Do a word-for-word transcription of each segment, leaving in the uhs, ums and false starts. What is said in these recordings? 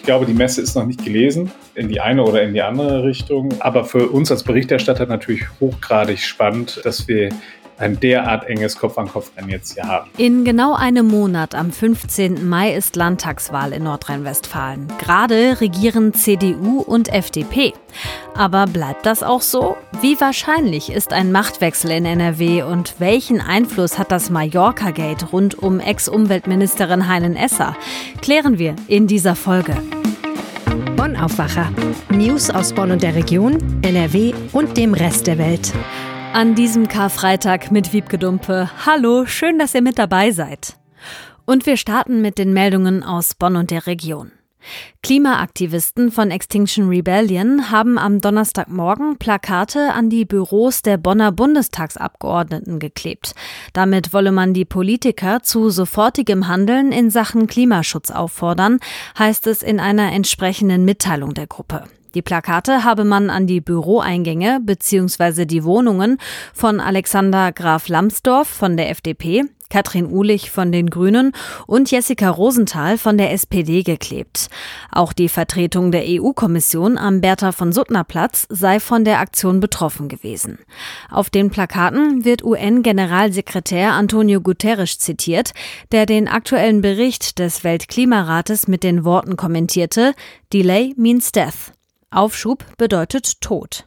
glaube, die Messe ist noch nicht gelesen, in die eine oder in die andere Richtung. Aber für uns als Berichterstatter natürlich hochgradig spannend, dass wir ein derart enges Kopf-an-Kopf-Rennen jetzt hier haben. In genau einem Monat, am fünfzehnten Mai, ist Landtagswahl in Nordrhein-Westfalen. Gerade regieren C D U und F D P. Aber bleibt das auch so? Wie wahrscheinlich ist ein Machtwechsel in N R W und welchen Einfluss hat das Mallorca-Gate rund um Ex-Umweltministerin Heinen-Esser? Klären wir in dieser Folge. Bonn Aufwacher. News aus Bonn und der Region, N R W und dem Rest der Welt. An diesem Karfreitag mit Wiebke Dumpe. Hallo, schön, dass ihr mit dabei seid. Und wir starten mit den Meldungen aus Bonn und der Region. Klimaaktivisten von Extinction Rebellion haben am Donnerstagmorgen Plakate an die Büros der Bonner Bundestagsabgeordneten geklebt. Damit wolle man die Politiker zu sofortigem Handeln in Sachen Klimaschutz auffordern, heißt es in einer entsprechenden Mitteilung der Gruppe. Die Plakate habe man an die Büroeingänge bzw. die Wohnungen von Alexander Graf Lambsdorff von der F D P, Katrin Uhlich von den Grünen und Jessica Rosenthal von der S P D geklebt. Auch die Vertretung der E U-Kommission am Bertha-von-Suttner-Platz sei von der Aktion betroffen gewesen. Auf den Plakaten wird U N-Generalsekretär Antonio Guterres zitiert, der den aktuellen Bericht des Weltklimarates mit den Worten kommentierte: Delay means death. Aufschub bedeutet Tod.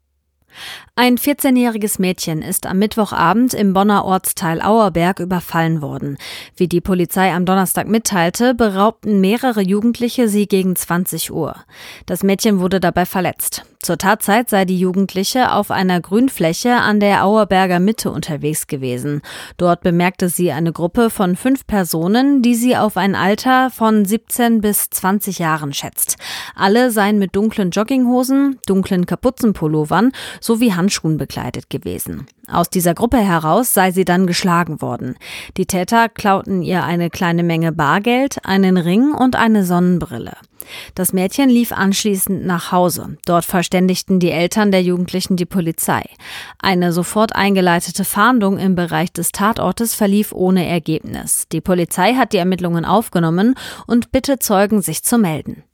Ein vierzehnjähriges Mädchen ist am Mittwochabend im Bonner Ortsteil Auerberg überfallen worden. Wie die Polizei am Donnerstag mitteilte, beraubten mehrere Jugendliche sie gegen zwanzig Uhr. Das Mädchen wurde dabei verletzt. Zur Tatzeit sei die Jugendliche auf einer Grünfläche an der Auerberger Mitte unterwegs gewesen. Dort bemerkte sie eine Gruppe von fünf Personen, die sie auf ein Alter von siebzehn bis zwanzig Jahren schätzt. Alle seien mit dunklen Jogginghosen, dunklen Kapuzenpullovern sowie Handschuhen bekleidet gewesen. Aus dieser Gruppe heraus sei sie dann geschlagen worden. Die Täter klauten ihr eine kleine Menge Bargeld, einen Ring und eine Sonnenbrille. Das Mädchen lief anschließend nach Hause. Dort verständigten die Eltern der Jugendlichen die Polizei. Eine sofort eingeleitete Fahndung im Bereich des Tatortes verlief ohne Ergebnis. Die Polizei hat die Ermittlungen aufgenommen und bittet Zeugen, sich zu melden.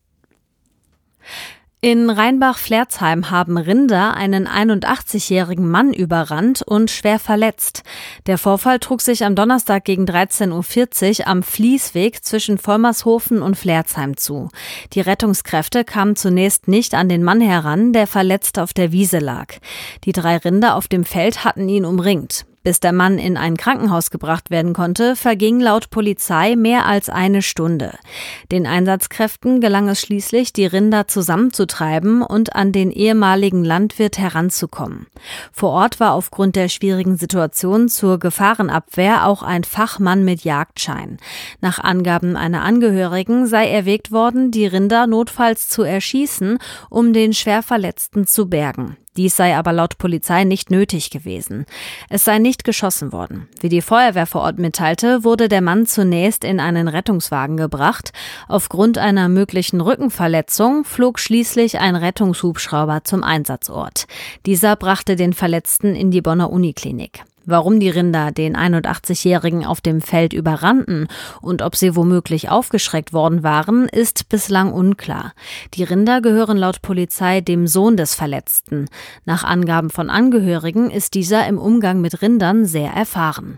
In Rheinbach-Flerzheim haben Rinder einen einundachtzigjährigen Mann überrannt und schwer verletzt. Der Vorfall trug sich am Donnerstag gegen dreizehn Uhr vierzig am Fließweg zwischen Vollmershofen und Flerzheim zu. Die Rettungskräfte kamen zunächst nicht an den Mann heran, der verletzt auf der Wiese lag. Die drei Rinder auf dem Feld hatten ihn umringt. Bis der Mann in ein Krankenhaus gebracht werden konnte, verging laut Polizei mehr als eine Stunde. Den Einsatzkräften gelang es schließlich, die Rinder zusammenzutreiben und an den ehemaligen Landwirt heranzukommen. Vor Ort war aufgrund der schwierigen Situation zur Gefahrenabwehr auch ein Fachmann mit Jagdschein. Nach Angaben einer Angehörigen sei erwägt worden, die Rinder notfalls zu erschießen, um den Schwerverletzten zu bergen. Dies sei aber laut Polizei nicht nötig gewesen. Es sei nicht geschossen worden. Wie die Feuerwehr vor Ort mitteilte, wurde der Mann zunächst in einen Rettungswagen gebracht. Aufgrund einer möglichen Rückenverletzung flog schließlich ein Rettungshubschrauber zum Einsatzort. Dieser brachte den Verletzten in die Bonner Uniklinik. Warum die Rinder den einundachtzigjährigen auf dem Feld überrannten und ob sie womöglich aufgeschreckt worden waren, ist bislang unklar. Die Rinder gehören laut Polizei dem Sohn des Verletzten. Nach Angaben von Angehörigen ist dieser im Umgang mit Rindern sehr erfahren.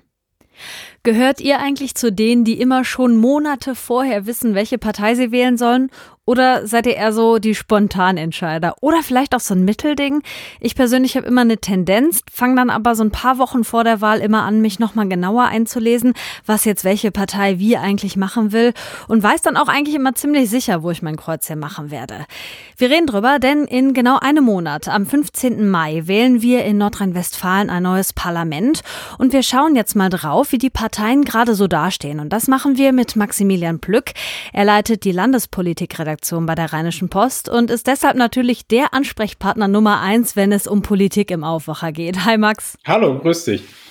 Gehört ihr eigentlich zu denen, die immer schon Monate vorher wissen, welche Partei sie wählen sollen? Oder seid ihr eher so die Spontanentscheider? Oder vielleicht auch so ein Mittelding? Ich persönlich habe immer eine Tendenz, fange dann aber so ein paar Wochen vor der Wahl immer an, mich nochmal genauer einzulesen, was jetzt welche Partei wie eigentlich machen will und weiß dann auch eigentlich immer ziemlich sicher, wo ich mein Kreuz hier machen werde. Wir reden drüber, denn in genau einem Monat, am fünfzehnten Mai, wählen wir in Nordrhein-Westfalen ein neues Parlament und wir schauen jetzt mal drauf, wie die Parteien gerade so dastehen. Und das machen wir mit Maximilian Plück. Er leitet die Landespolitikredaktion bei der Rheinischen Post und ist deshalb natürlich der Ansprechpartner Nummer eins, wenn es um Politik im Aufwacher geht. Hi Max. Hallo, grüß dich.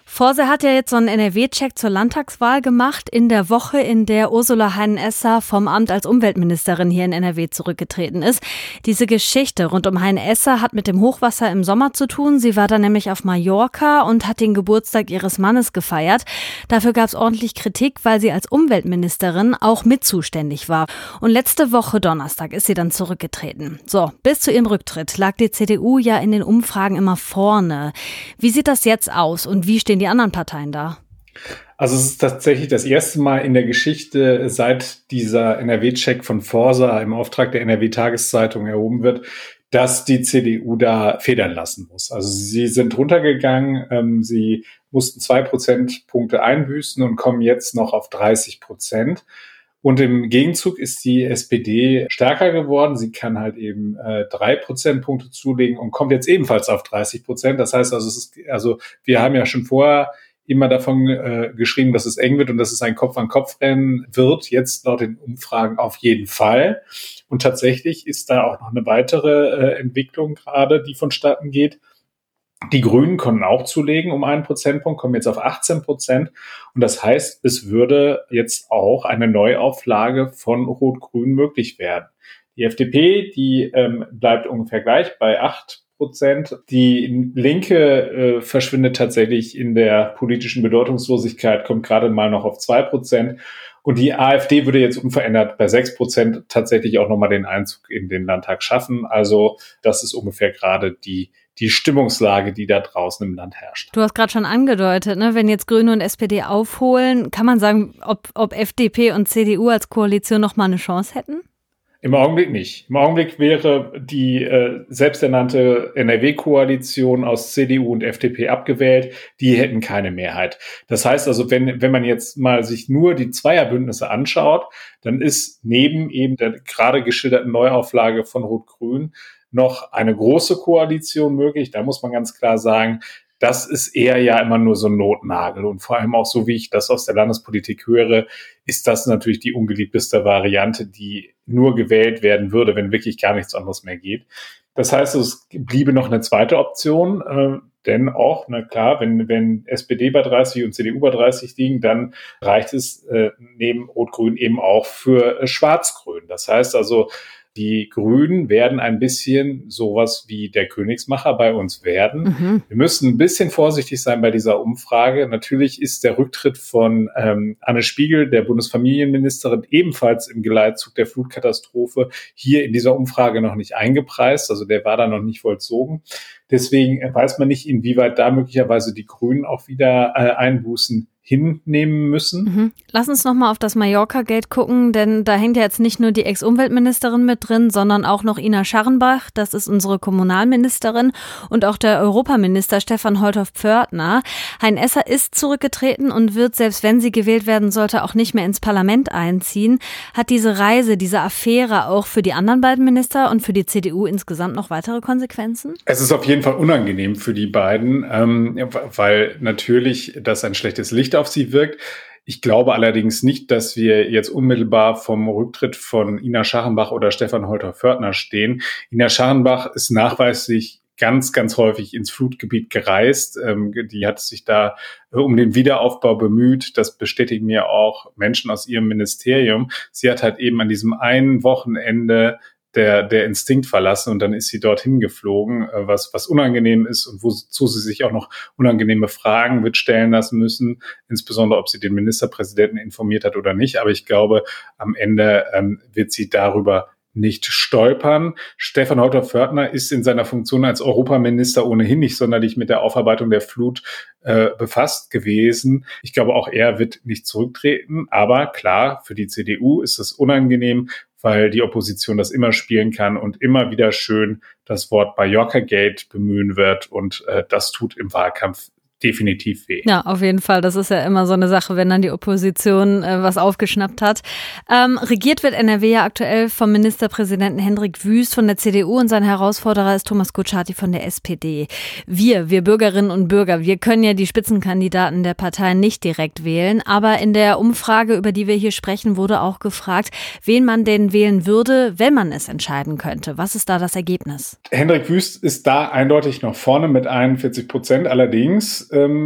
Forse hat ja jetzt so einen N R W-Check zur Landtagswahl gemacht, in der Woche, in der Ursula Heinen-Esser vom Amt als Umweltministerin hier in N R W zurückgetreten ist. Diese Geschichte rund um Heinen-Esser hat mit dem Hochwasser im Sommer zu tun. Sie war da nämlich auf Mallorca und hat den Geburtstag ihres Mannes gefeiert. Dafür gab es ordentlich Kritik, weil sie als Umweltministerin auch mit zuständig war. Und letzte Woche Donnerstag ist sie dann zurückgetreten. So, bis zu ihrem Rücktritt lag die C D U ja in den Umfragen immer vorne. Wie sieht das jetzt aus und wie stehen die anderen Parteien da? Also es ist tatsächlich das erste Mal in der Geschichte, seit dieser N R W-Check von Forsa im Auftrag der N R W-Tageszeitung erhoben wird, dass die C D U da federn lassen muss. Also sie sind runtergegangen, ähm, sie mussten zwei Prozentpunkte einbüßen und kommen jetzt noch auf dreißig Prozent. Und im Gegenzug ist die S P D stärker geworden. Sie kann halt eben äh, drei Prozentpunkte zulegen und kommt jetzt ebenfalls auf dreißig Prozent. Das heißt also, es ist, also wir haben ja schon vorher immer davon äh, geschrieben, dass es eng wird und dass es ein Kopf-an-Kopf-Rennen wird. Jetzt laut den Umfragen auf jeden Fall. Und tatsächlich ist da auch noch eine weitere äh, Entwicklung gerade, die vonstatten geht. Die Grünen konnten auch zulegen um einen Prozentpunkt, kommen jetzt auf achtzehn Prozent. Und das heißt, es würde jetzt auch eine Neuauflage von Rot-Grün möglich werden. Die F D P, die ähm, bleibt ungefähr gleich bei acht Prozent. Die Linke äh, verschwindet tatsächlich in der politischen Bedeutungslosigkeit, kommt gerade mal noch auf zwei Prozent. Und die AfD würde jetzt unverändert bei sechs Prozent tatsächlich auch nochmal den Einzug in den Landtag schaffen. Also das ist ungefähr gerade die die Stimmungslage, die da draußen im Land herrscht. Du hast gerade schon angedeutet, ne? Wenn jetzt Grüne und S P D aufholen, kann man sagen, ob, ob F D P und C D U als Koalition noch mal eine Chance hätten? Im Augenblick nicht. Im Augenblick wäre die äh, selbsternannte N R W-Koalition aus C D U und F D P abgewählt. Die hätten keine Mehrheit. Das heißt also, wenn wenn man jetzt mal sich nur die Zweierbündnisse anschaut, dann ist neben eben der gerade geschilderten Neuauflage von Rot-Grün noch eine große Koalition möglich. Da muss man ganz klar sagen, das ist eher ja immer nur so ein Notnagel. Und vor allem auch so, wie ich das aus der Landespolitik höre, ist das natürlich die ungeliebteste Variante, die nur gewählt werden würde, wenn wirklich gar nichts anderes mehr geht. Das heißt, es bliebe noch eine zweite Option, äh, denn auch, na klar, wenn, wenn S P D bei dreißig und C D U bei dreißig liegen, dann reicht es äh, neben Rot-Grün eben auch für äh, Schwarz-Grün. Das heißt also, die Grünen werden ein bisschen sowas wie der Königsmacher bei uns werden. Mhm. Wir müssen ein bisschen vorsichtig sein bei dieser Umfrage. Natürlich ist der Rücktritt von ähm, Anne Spiegel, der Bundesfamilienministerin, ebenfalls im Geleitzug der Flutkatastrophe hier in dieser Umfrage noch nicht eingepreist. Also der war da noch nicht vollzogen. Deswegen weiß man nicht, inwieweit da möglicherweise die Grünen auch wieder äh, Einbußen hinnehmen müssen. Mhm. Lass uns nochmal auf das Mallorca-Gate gucken, denn da hängt ja jetzt nicht nur die Ex-Umweltministerin mit drin, sondern auch noch Ina Scharrenbach, das ist unsere Kommunalministerin, und auch der Europaminister Stefan Holthoff-Pförtner. Heinen-Esser ist zurückgetreten und wird, selbst wenn sie gewählt werden sollte, auch nicht mehr ins Parlament einziehen. Hat diese Reise, diese Affäre auch für die anderen beiden Minister und für die C D U insgesamt noch weitere Konsequenzen? Es ist auf jeden Fall unangenehm für die beiden, ähm, weil natürlich das ein schlechtes Licht auf sie wirkt. Ich glaube allerdings nicht, dass wir jetzt unmittelbar vom Rücktritt von Ina Scharrenbach oder Stefan Holthoff-Pförtner stehen. Ina Scharrenbach ist nachweislich ganz, ganz häufig ins Flutgebiet gereist. Ähm, die hat sich da äh, um den Wiederaufbau bemüht. Das bestätigen mir auch Menschen aus ihrem Ministerium. Sie hat halt eben an diesem einen Wochenende Der, der Instinkt verlassen und dann ist sie dorthin geflogen, was, was unangenehm ist und wozu sie sich auch noch unangenehme Fragen wird stellen lassen müssen, insbesondere ob sie den Ministerpräsidenten informiert hat oder nicht. Aber ich glaube, am Ende ähm, wird sie darüber nicht stolpern. Stefan Holthoff-Pförtner ist in seiner Funktion als Europaminister ohnehin nicht sonderlich mit der Aufarbeitung der Flut äh, befasst gewesen. Ich glaube, auch er wird nicht zurücktreten. Aber klar, für die C D U ist es unangenehm, weil die Opposition das immer spielen kann und immer wieder schön das Wort Mallorca-Gate bemühen wird. Und äh, das tut im Wahlkampf definitiv weh. Ja, auf jeden Fall. Das ist ja immer so eine Sache, wenn dann die Opposition äh, was aufgeschnappt hat. Ähm, regiert wird N R W ja aktuell vom Ministerpräsidenten Hendrik Wüst von der C D U und sein Herausforderer ist Thomas Kutschaty von der S P D. Wir, wir Bürgerinnen und Bürger, wir können ja die Spitzenkandidaten der Parteien nicht direkt wählen, aber in der Umfrage, über die wir hier sprechen, wurde auch gefragt, wen man denn wählen würde, wenn man es entscheiden könnte. Was ist da das Ergebnis? Hendrik Wüst ist da eindeutig noch vorne mit einundvierzig Prozent. Allerdings ähm,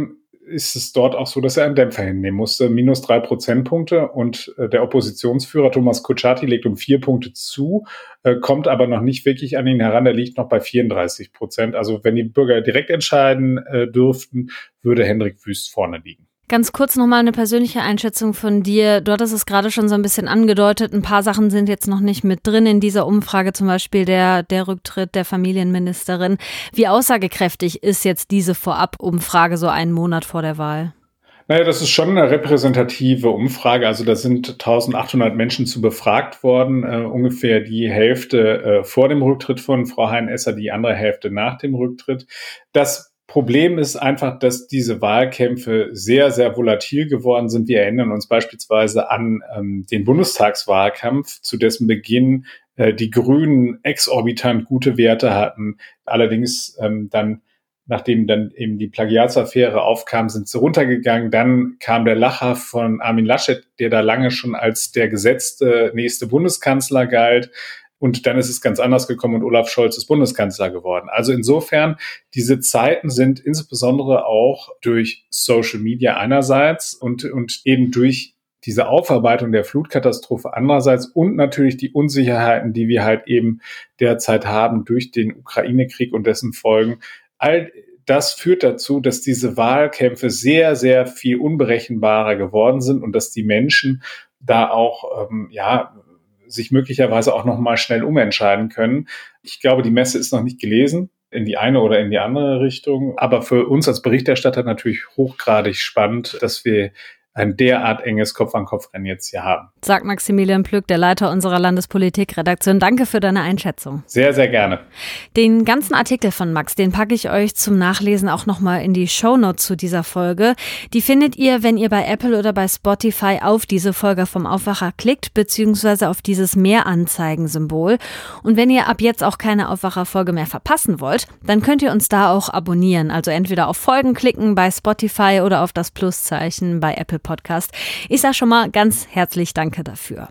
ist es dort auch so, dass er einen Dämpfer hinnehmen musste. Minus drei Prozentpunkte und äh, der Oppositionsführer Thomas Kutschaty legt um vier Punkte zu, äh, kommt aber noch nicht wirklich an ihn heran. Der liegt noch bei vierunddreißig Prozent. Also wenn die Bürger direkt entscheiden äh, dürften, würde Hendrik Wüst vorne liegen. Ganz kurz nochmal eine persönliche Einschätzung von dir. Du hattest es gerade schon so ein bisschen angedeutet. Ein paar Sachen sind jetzt noch nicht mit drin in dieser Umfrage, zum Beispiel der, der Rücktritt der Familienministerin. Wie aussagekräftig ist jetzt diese Vorab-Umfrage so einen Monat vor der Wahl? Naja, das ist schon eine repräsentative Umfrage. Also da sind eintausendachthundert Menschen zu befragt worden, äh, ungefähr die Hälfte äh, vor dem Rücktritt von Frau Hein-Esser, die andere Hälfte nach dem Rücktritt. Das Problem ist einfach, dass diese Wahlkämpfe sehr, sehr volatil geworden sind. Wir erinnern uns beispielsweise an ähm, den Bundestagswahlkampf, zu dessen Beginn äh, die Grünen exorbitant gute Werte hatten. Allerdings ähm, dann, nachdem dann eben die Plagiatsaffäre aufkam, sind sie runtergegangen. Dann kam der Lacher von Armin Laschet, der da lange schon als der gesetzte nächste Bundeskanzler galt. Und dann ist es ganz anders gekommen und Olaf Scholz ist Bundeskanzler geworden. Also insofern, diese Zeiten sind insbesondere auch durch Social Media einerseits und, und eben durch diese Aufarbeitung der Flutkatastrophe andererseits und natürlich die Unsicherheiten, die wir halt eben derzeit haben durch den Ukraine-Krieg und dessen Folgen. All das führt dazu, dass diese Wahlkämpfe sehr, sehr viel unberechenbarer geworden sind und dass die Menschen da auch, ähm, ja, sich möglicherweise auch noch mal schnell umentscheiden können. Ich glaube, die Messe ist noch nicht gelesen, in die eine oder in die andere Richtung. Aber für uns als Berichterstatter natürlich hochgradig spannend, dass wir ein derart enges Kopf-an-Kopf-Rennen jetzt hier haben. Sagt Maximilian Plück, der Leiter unserer Landespolitik-Redaktion. Danke für deine Einschätzung. Sehr, sehr gerne. Den ganzen Artikel von Max, den packe ich euch zum Nachlesen auch nochmal in die Shownotes zu dieser Folge. Die findet ihr, wenn ihr bei Apple oder bei Spotify auf diese Folge vom Aufwacher klickt, beziehungsweise auf dieses Mehr-Anzeigen-Symbol. Und wenn ihr ab jetzt auch keine Aufwacher-Folge mehr verpassen wollt, dann könnt ihr uns da auch abonnieren. Also entweder auf Folgen klicken bei Spotify oder auf das Pluszeichen bei Apple Podcast. Ich sage schon mal ganz herzlich Danke dafür.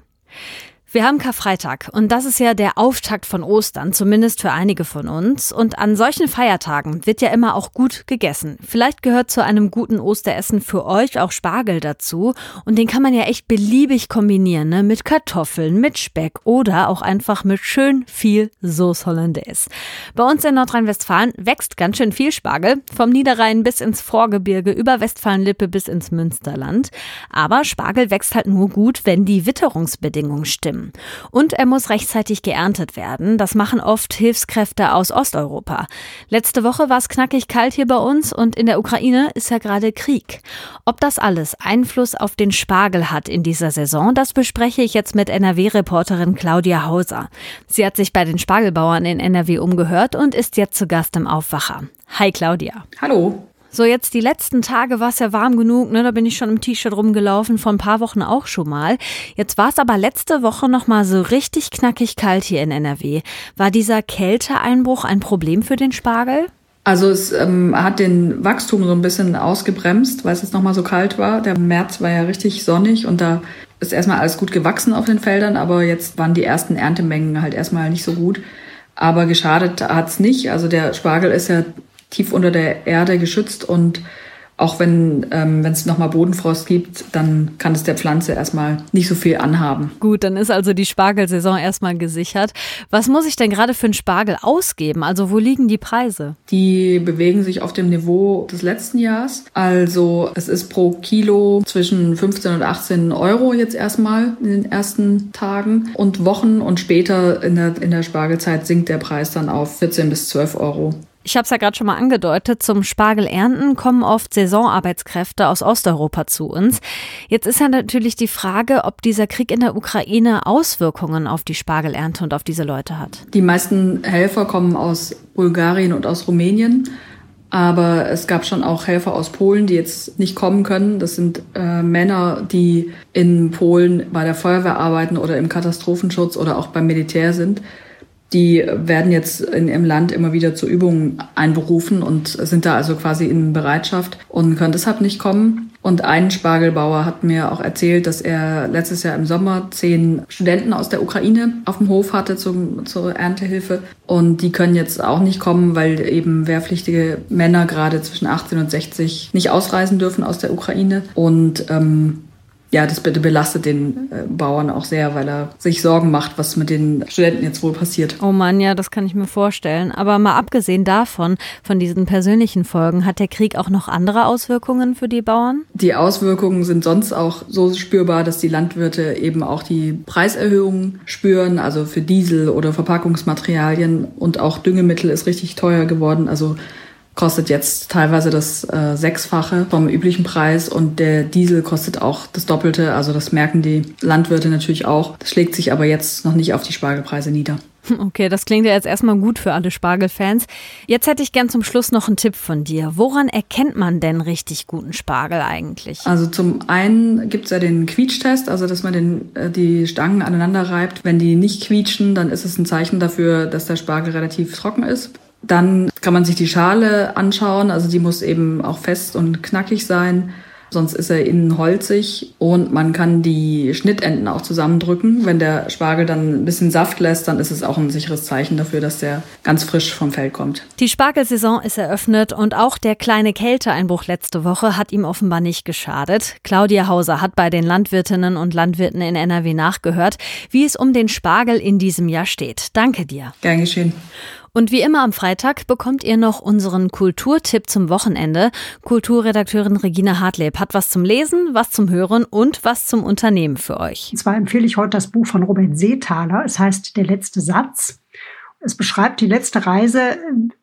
Wir haben Karfreitag und das ist ja der Auftakt von Ostern, zumindest für einige von uns. Und an solchen Feiertagen wird ja immer auch gut gegessen. Vielleicht gehört zu einem guten Osteressen für euch auch Spargel dazu. Und den kann man ja echt beliebig kombinieren, ne? Mit Kartoffeln, mit Speck oder auch einfach mit schön viel Sauce Hollandaise. Bei uns in Nordrhein-Westfalen wächst ganz schön viel Spargel. Vom Niederrhein bis ins Vorgebirge, über Westfalen-Lippe bis ins Münsterland. Aber Spargel wächst halt nur gut, wenn die Witterungsbedingungen stimmen. Und er muss rechtzeitig geerntet werden. Das machen oft Hilfskräfte aus Osteuropa. Letzte Woche war es knackig kalt hier bei uns und in der Ukraine ist ja gerade Krieg. Ob das alles Einfluss auf den Spargel hat in dieser Saison, das bespreche ich jetzt mit N R W-Reporterin Claudia Hauser. Sie hat sich bei den Spargelbauern in N R W umgehört und ist jetzt zu Gast im Aufwacher. Hi Claudia. Hallo. So, jetzt die letzten Tage war es ja warm genug, ne? Da bin ich schon im T-Shirt rumgelaufen, vor ein paar Wochen auch schon mal. Jetzt war es aber letzte Woche noch mal so richtig knackig kalt hier in N R W. War dieser Kälteeinbruch ein Problem für den Spargel? Also es ähm, hat den Wachstum so ein bisschen ausgebremst, weil es jetzt noch mal so kalt war. Der März war ja richtig sonnig und da ist erstmal alles gut gewachsen auf den Feldern, aber jetzt waren die ersten Erntemengen halt erstmal nicht so gut. Aber geschadet hat's nicht. Also der Spargel ist ja tief unter der Erde geschützt und auch wenn ähm, wenn es nochmal Bodenfrost gibt, dann kann es der Pflanze erstmal nicht so viel anhaben. Gut, dann ist also die Spargelsaison erstmal gesichert. Was muss ich denn gerade für einen Spargel ausgeben? Also wo liegen die Preise? Die bewegen sich auf dem Niveau des letzten Jahres. Also es ist pro Kilo zwischen fünfzehn und achtzehn Euro jetzt erstmal in den ersten Tagen und Wochen und später in der, in der Spargelzeit sinkt der Preis dann auf vierzehn bis zwölf Euro. Ich habe es ja gerade schon mal angedeutet, zum Spargelernten kommen oft Saisonarbeitskräfte aus Osteuropa zu uns. Jetzt ist ja natürlich die Frage, ob dieser Krieg in der Ukraine Auswirkungen auf die Spargelernte und auf diese Leute hat. Die meisten Helfer kommen aus Bulgarien und aus Rumänien, aber es gab schon auch Helfer aus Polen, die jetzt nicht kommen können. Das sind äh, Männer, die in Polen bei der Feuerwehr arbeiten oder im Katastrophenschutz oder auch beim Militär sind. Die werden jetzt in, im Land immer wieder zu Übungen einberufen und sind da also quasi in Bereitschaft und können deshalb nicht kommen. Und ein Spargelbauer hat mir auch erzählt, dass er letztes Jahr im Sommer zehn Studenten aus der Ukraine auf dem Hof hatte zum, zur Erntehilfe. Und die können jetzt auch nicht kommen, weil eben wehrpflichtige Männer gerade zwischen achtzehn und sechzig nicht ausreisen dürfen aus der Ukraine. Und ähm, ja, das belastet den äh, Bauern auch sehr, weil er sich Sorgen macht, was mit den Studenten jetzt wohl passiert. Oh Mann, ja, das kann ich mir vorstellen. Aber mal abgesehen davon, von diesen persönlichen Folgen, hat der Krieg auch noch andere Auswirkungen für die Bauern? Die Auswirkungen sind sonst auch so spürbar, dass die Landwirte eben auch die Preiserhöhungen spüren, also für Diesel oder Verpackungsmaterialien, und auch Düngemittel ist richtig teuer geworden, also kostet jetzt teilweise das äh, Sechsfache vom üblichen Preis und der Diesel kostet auch das Doppelte. Also das merken die Landwirte natürlich auch. Das schlägt sich aber jetzt noch nicht auf die Spargelpreise nieder. Okay, das klingt ja jetzt erstmal gut für alle Spargelfans. Jetzt hätte ich gern zum Schluss noch einen Tipp von dir. Woran erkennt man denn richtig guten Spargel eigentlich? Also zum einen gibt's ja den Quietschtest, also dass man den, äh, die Stangen aneinander reibt. Wenn die nicht quietschen, dann ist es ein Zeichen dafür, dass der Spargel relativ trocken ist. Dann kann man sich die Schale anschauen, also die muss eben auch fest und knackig sein, sonst ist er innen holzig, und man kann die Schnittenden auch zusammendrücken. Wenn der Spargel dann ein bisschen Saft lässt, dann ist es auch ein sicheres Zeichen dafür, dass der ganz frisch vom Feld kommt. Die Spargelsaison ist eröffnet und auch der kleine Kälteeinbruch letzte Woche hat ihm offenbar nicht geschadet. Claudia Hauser hat bei den Landwirtinnen und Landwirten in N R W nachgehört, wie es um den Spargel in diesem Jahr steht. Danke dir. Gern geschehen. Und wie immer am Freitag bekommt ihr noch unseren Kulturtipp zum Wochenende. Kulturredakteurin Regina Hartleb hat was zum Lesen, was zum Hören und was zum Unternehmen für euch. Und zwar empfehle ich heute das Buch von Robert Seethaler. Es heißt Der letzte Satz. Es beschreibt die letzte Reise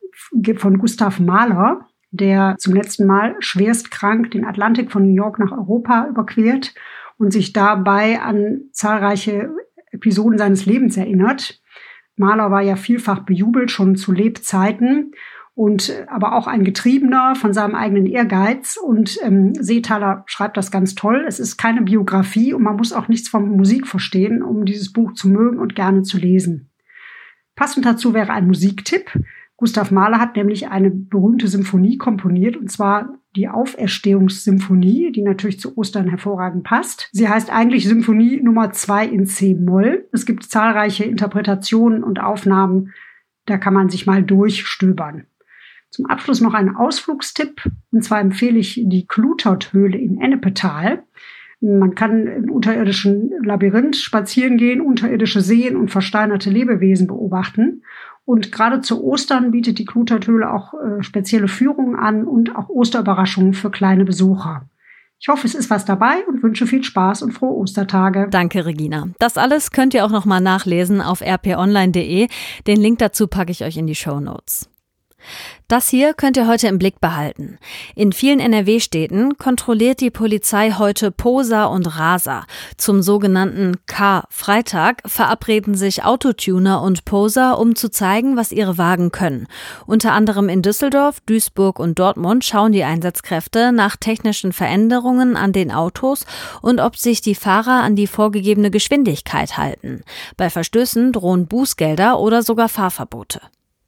von Gustav Mahler, der zum letzten Mal schwerst krank den Atlantik von New York nach Europa überquert und sich dabei an zahlreiche Episoden seines Lebens erinnert. Mahler war ja vielfach bejubelt, schon zu Lebzeiten, und aber auch ein Getriebener von seinem eigenen Ehrgeiz. Und ähm, Seethaler schreibt das ganz toll. Es ist keine Biografie und man muss auch nichts von Musik verstehen, um dieses Buch zu mögen und gerne zu lesen. Passend dazu wäre ein Musiktipp. Gustav Mahler hat nämlich eine berühmte Symphonie komponiert, und zwar die Auferstehungssymphonie, die natürlich zu Ostern hervorragend passt. Sie heißt eigentlich Symphonie Nummer zwei in C-Moll. Es gibt zahlreiche Interpretationen und Aufnahmen, da kann man sich mal durchstöbern. Zum Abschluss noch ein Ausflugstipp, und zwar empfehle ich die Kluterthöhle in Ennepetal. Man kann im unterirdischen Labyrinth spazieren gehen, unterirdische Seen und versteinerte Lebewesen beobachten. Und gerade zu Ostern bietet die Kluterthöhle auch äh, spezielle Führungen an und auch Osterüberraschungen für kleine Besucher. Ich hoffe, es ist was dabei und wünsche viel Spaß und frohe Ostertage. Danke, Regina. Das alles könnt ihr auch noch mal nachlesen auf r p online punkt d e. Den Link dazu packe ich euch in die Shownotes. Das hier könnt ihr heute im Blick behalten. In vielen N R W-Städten kontrolliert die Polizei heute Posa und Rasa. Zum sogenannten K-Freitag verabreden sich Autotuner und Poser, um zu zeigen, was ihre Wagen können. Unter anderem in Düsseldorf, Duisburg und Dortmund schauen die Einsatzkräfte nach technischen Veränderungen an den Autos und ob sich die Fahrer an die vorgegebene Geschwindigkeit halten. Bei Verstößen drohen Bußgelder oder sogar Fahrverbote.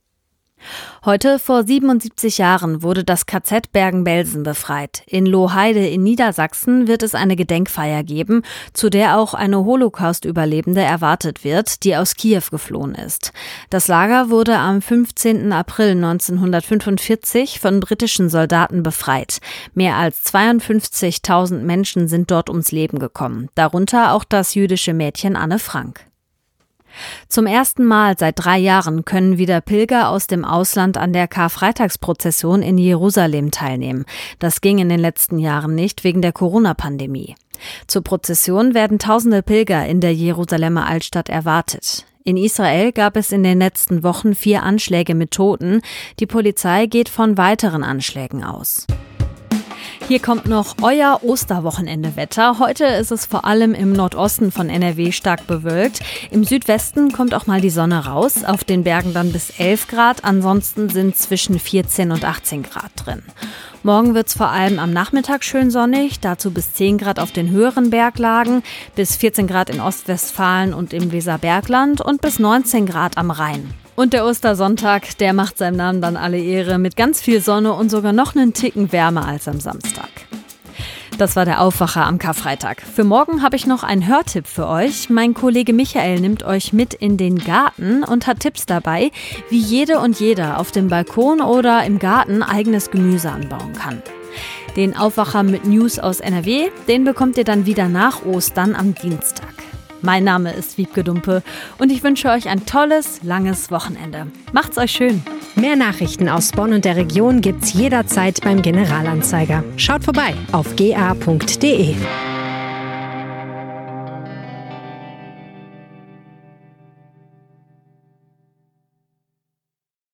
Heute vor siebenundsiebzig Jahren wurde das K Z Bergen-Belsen befreit. In Lohheide in Niedersachsen wird es eine Gedenkfeier geben, zu der auch eine Holocaust-Überlebende erwartet wird, die aus Kiew geflohen ist. Das Lager wurde am fünfzehnten April neunzehnhundertfünfundvierzig von britischen Soldaten befreit. Mehr als zweiundfünfzigtausend Menschen sind dort ums Leben gekommen, darunter auch das jüdische Mädchen Anne Frank. Zum ersten Mal seit drei Jahren können wieder Pilger aus dem Ausland an der Karfreitagsprozession in Jerusalem teilnehmen. Das ging in den letzten Jahren nicht wegen der Corona-Pandemie. Zur Prozession werden tausende Pilger in der Jerusalemer Altstadt erwartet. In Israel gab es in den letzten Wochen vier Anschläge mit Toten. Die Polizei geht von weiteren Anschlägen aus. Hier kommt noch euer Osterwochenende-Wetter. Heute ist es vor allem im Nordosten von N R W stark bewölkt. Im Südwesten kommt auch mal die Sonne raus. Auf den Bergen dann bis elf Grad. Ansonsten sind zwischen vierzehn und achtzehn Grad drin. Morgen wird es vor allem am Nachmittag schön sonnig. Dazu bis zehn Grad auf den höheren Berglagen, bis vierzehn Grad in Ostwestfalen und im Weserbergland und bis neunzehn Grad am Rhein. Und der Ostersonntag, der macht seinem Namen dann alle Ehre mit ganz viel Sonne und sogar noch einen Ticken wärmer als am Samstag. Das war der Aufwacher am Karfreitag. Für morgen habe ich noch einen Hörtipp für euch. Mein Kollege Michael nimmt euch mit in den Garten und hat Tipps dabei, wie jede und jeder auf dem Balkon oder im Garten eigenes Gemüse anbauen kann. Den Aufwacher mit News aus N R W, den bekommt ihr dann wieder nach Ostern am Dienstag. Mein Name ist Wiebke Dumpe und ich wünsche euch ein tolles, langes Wochenende. Macht's euch schön! Mehr Nachrichten aus Bonn und der Region gibt's jederzeit beim Generalanzeiger. Schaut vorbei auf g a punkt d e.